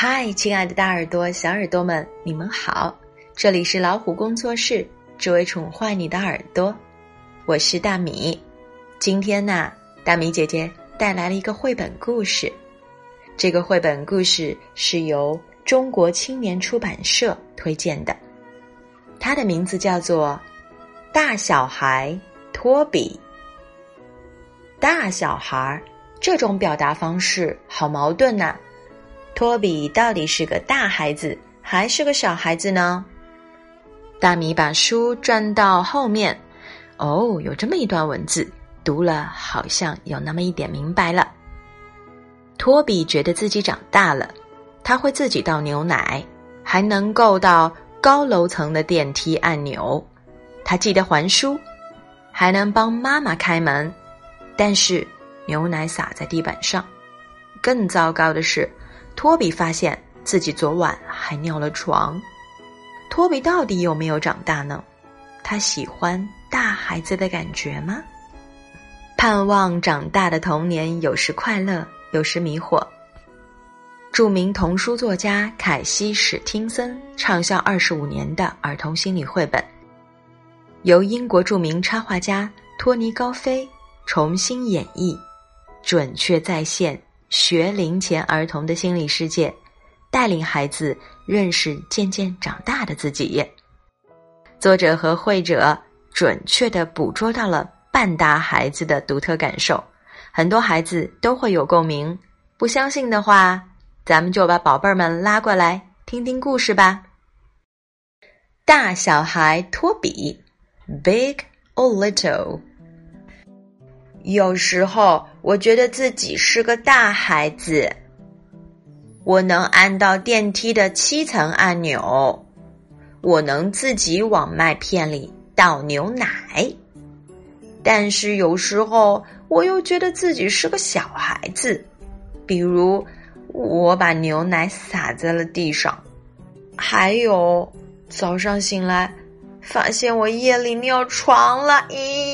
嗨，亲爱的大耳朵、小耳朵们，你们好！这里是老虎工作室，只为宠坏你的耳朵。我是大米。今天呢，大米姐姐带来了一个绘本故事。这个绘本故事是由中国青年出版社推荐的，它的名字叫做《大小孩托比》。大小孩这种表达方式好矛盾呐。托比到底是个大孩子还是个小孩子呢？大米把书转到后面，有这么一段文字，读了好像有那么一点明白了。托比觉得自己长大了，他会自己倒牛奶，还能够到高楼层的电梯按钮，他记得还书，还能帮妈妈开门，但是牛奶洒在地板上。更糟糕的是，托比发现自己昨晚还尿了床。托比到底有没有长大呢？他喜欢大孩子的感觉吗？盼望长大的童年有时快乐，有时迷惑。著名童书作家凯西·史汀森畅销25年的儿童心理绘本，由英国著名插画家托尼·高菲重新演绎，准确再现学龄前儿童的心理世界，带领孩子认识渐渐长大的自己。作者和绘者准确地捕捉到了半大孩子的独特感受，很多孩子都会有共鸣。不相信的话，咱们就把宝贝儿们拉过来听听故事吧。大小孩托比 Big or Little。有时候我觉得自己是个大孩子，我能按到电梯的7层按钮，我能自己往麦片里倒牛奶，但是有时候我又觉得自己是个小孩子，比如我把牛奶洒在了地上，还有早上醒来发现我夜里尿床了，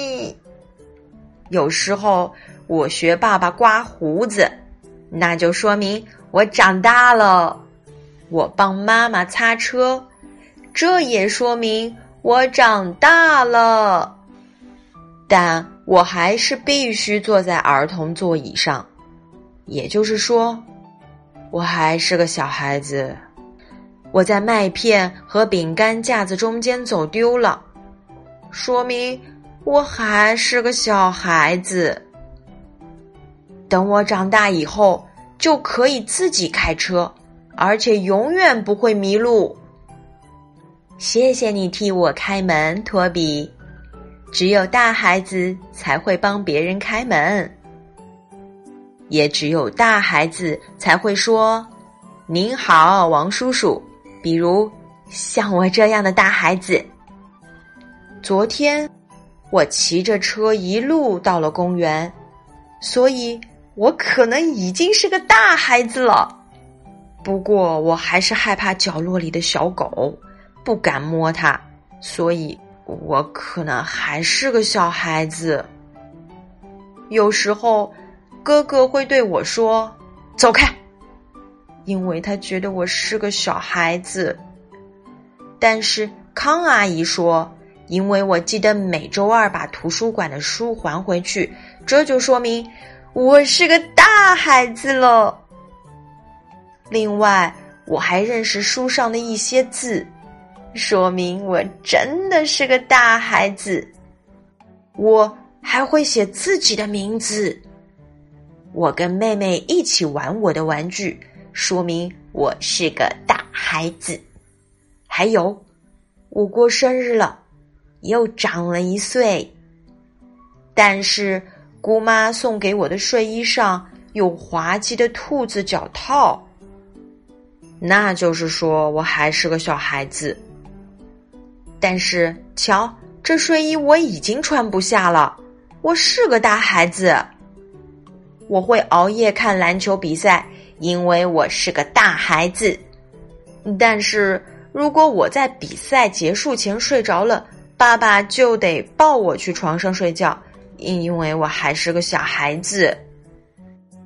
有时候我学爸爸刮胡子，那就说明我长大了。我帮妈妈擦车，这也说明我长大了。但我还是必须坐在儿童座椅上，也就是说，我还是个小孩子。我在麦片和饼干架子中间走丢了，说明我还是个小孩子。等我长大以后，就可以自己开车，而且永远不会迷路。谢谢你替我开门，托比。只有大孩子才会帮别人开门，也只有大孩子才会说您好，王叔叔，比如像我这样的大孩子。昨天我骑着车一路到了公园，所以我可能已经是个大孩子了。不过我还是害怕角落里的小狗，不敢摸它，所以我可能还是个小孩子。有时候哥哥会对我说走开，因为他觉得我是个小孩子。但是康阿姨说，因为我记得每周二把图书馆的书还回去，这就说明我是个大孩子了。另外，我还认识书上的一些字，说明我真的是个大孩子。我还会写自己的名字。我跟妹妹一起玩我的玩具，说明我是个大孩子。还有，我过生日了，又长了1岁。但是姑妈送给我的睡衣上有滑稽的兔子脚套，那就是说我还是个小孩子。但是瞧，这睡衣我已经穿不下了，我是个大孩子。我会熬夜看篮球比赛，因为我是个大孩子。但是如果我在比赛结束前睡着了，爸爸就得抱我去床上睡觉，因为我还是个小孩子。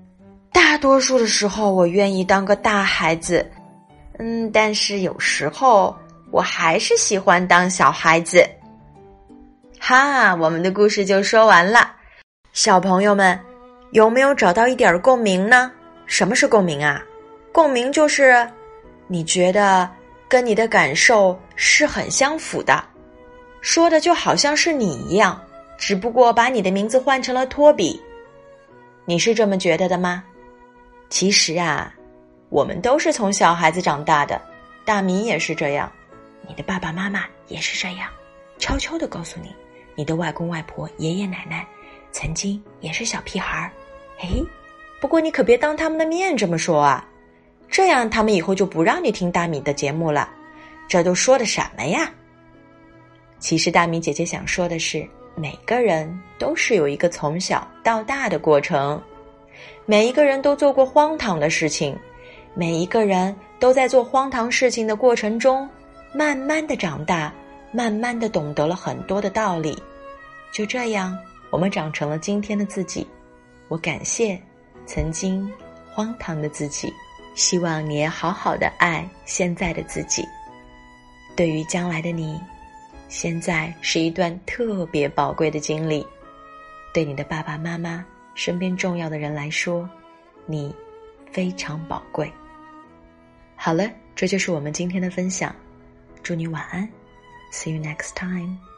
大多数的时候我愿意当个大孩子，但是有时候我还是喜欢当小孩子。哈，我们的故事就说完了。小朋友们，有没有找到一点共鸣呢？什么是共鸣啊？共鸣就是你觉得跟你的感受是很相符的，说的就好像是你一样，只不过把你的名字换成了托比。你是这么觉得的吗？其实啊，我们都是从小孩子长大的，大米也是这样，你的爸爸妈妈也是这样。悄悄地告诉你，你的外公外婆、爷爷奶奶曾经也是小屁孩。不过你可别当他们的面这么说啊，这样他们以后就不让你听大米的节目了。这都说的什么呀？其实大米姐姐想说的是，每个人都是有一个从小到大的过程，每一个人都做过荒唐的事情，每一个人都在做荒唐事情的过程中慢慢的长大，慢慢的懂得了很多的道理。就这样，我们长成了今天的自己。我感谢曾经荒唐的自己，希望你也好好的爱现在的自己。对于将来的你，现在是一段特别宝贵的经历。对你的爸爸妈妈、身边重要的人来说，你非常宝贵。好了，这就是我们今天的分享。祝你晚安。See you next time.